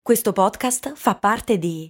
Questo podcast fa parte di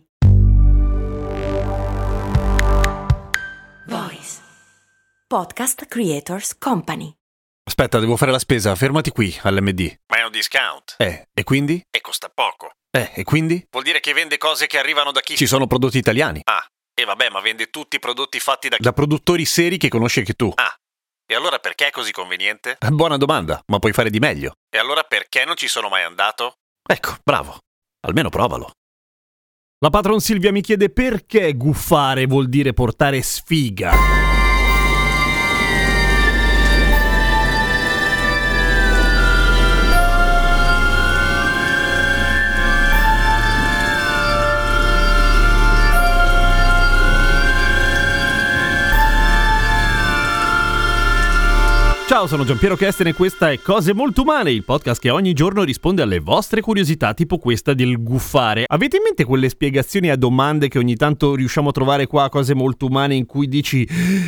Voice Podcast Creators Company. Aspetta, devo fare la spesa, fermati qui all'MD. Ma è un discount. E quindi? E costa poco. E quindi? Vuol dire che vende cose che arrivano da chi? Ci sono prodotti italiani. Ah, e vabbè, ma vende tutti i prodotti fatti da chi? Da produttori seri che conosci anche tu. Ah, e allora perché è così conveniente? Buona domanda, ma puoi fare di meglio. E allora perché non ci sono mai andato? Ecco, bravo. Almeno provalo. La patron Silvia mi chiede perché guffare vuol dire portare sfiga. Ciao, sono Giampiero Kesten e questa è Cose Molto Umane, il podcast che ogni giorno risponde alle vostre curiosità, tipo questa del guffare. Avete in mente quelle spiegazioni a domande che ogni tanto riusciamo a trovare qua a Cose Molto Umane in cui dici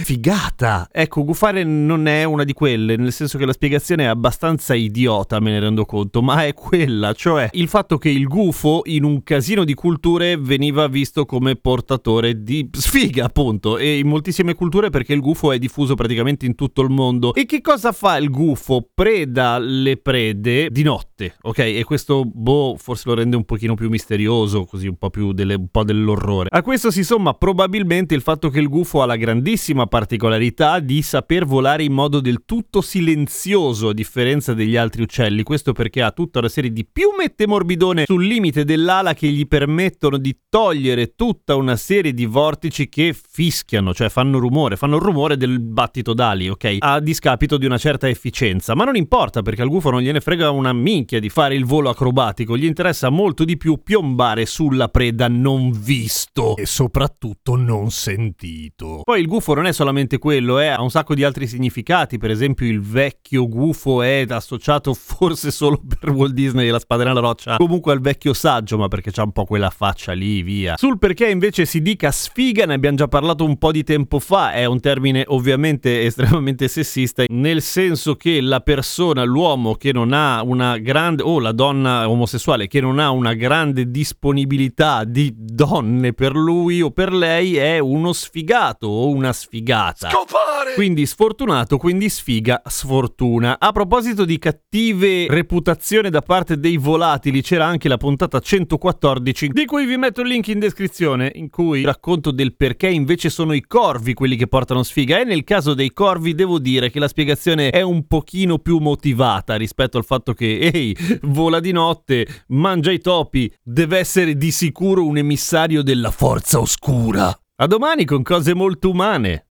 figata? Ecco, guffare non è una di quelle, nel senso che la spiegazione è abbastanza idiota, me ne rendo conto, ma è quella, cioè il fatto che il gufo in un casino di culture veniva visto come portatore di sfiga, appunto, e in moltissime culture perché il gufo è diffuso praticamente in tutto il mondo. E che cosa fa il gufo? Preda le prede di notte, ok? E questo, forse lo rende un pochino più misterioso, così un po' dell'orrore. A questo si somma probabilmente il fatto che il gufo ha la grandissima particolarità di saper volare in modo del tutto silenzioso, a differenza degli altri uccelli. Questo perché ha tutta una serie di piumette morbidone sul limite dell'ala che gli permettono di togliere tutta una serie di vortici che fischiano, cioè fanno il rumore del battito d'ali, ok? A discapito di una certa efficienza, ma non importa perché al gufo non gliene frega una minchia di fare il volo acrobatico, gli interessa molto di più piombare sulla preda non visto e soprattutto non sentito. Poi il gufo non è solamente quello, ha un sacco di altri significati, per esempio il vecchio gufo è associato forse solo per Walt Disney e la spada nella roccia, comunque al vecchio saggio, ma perché c'ha un po' quella faccia lì, via. Sul perché invece si dica sfiga ne abbiamo già parlato un po' di tempo fa, è un termine ovviamente estremamente sessista, nel senso che la persona, l'uomo che non ha una grande, o la donna omosessuale che non ha una grande disponibilità di donne per lui o per lei è uno sfigato o una sfigata. Scopare! Quindi sfortunato, quindi sfiga, sfortuna. A proposito di cattive reputazione da parte dei volatili, c'era anche la puntata 114, di cui vi metto il link in descrizione, in cui racconto del perché invece sono i corvi quelli che portano sfiga, e nel caso dei corvi devo dire che la spiegazione è un pochino più motivata rispetto al fatto che, vola di notte, mangia i topi, deve essere di sicuro un emissario della forza oscura. A domani con Cose Molto Umane.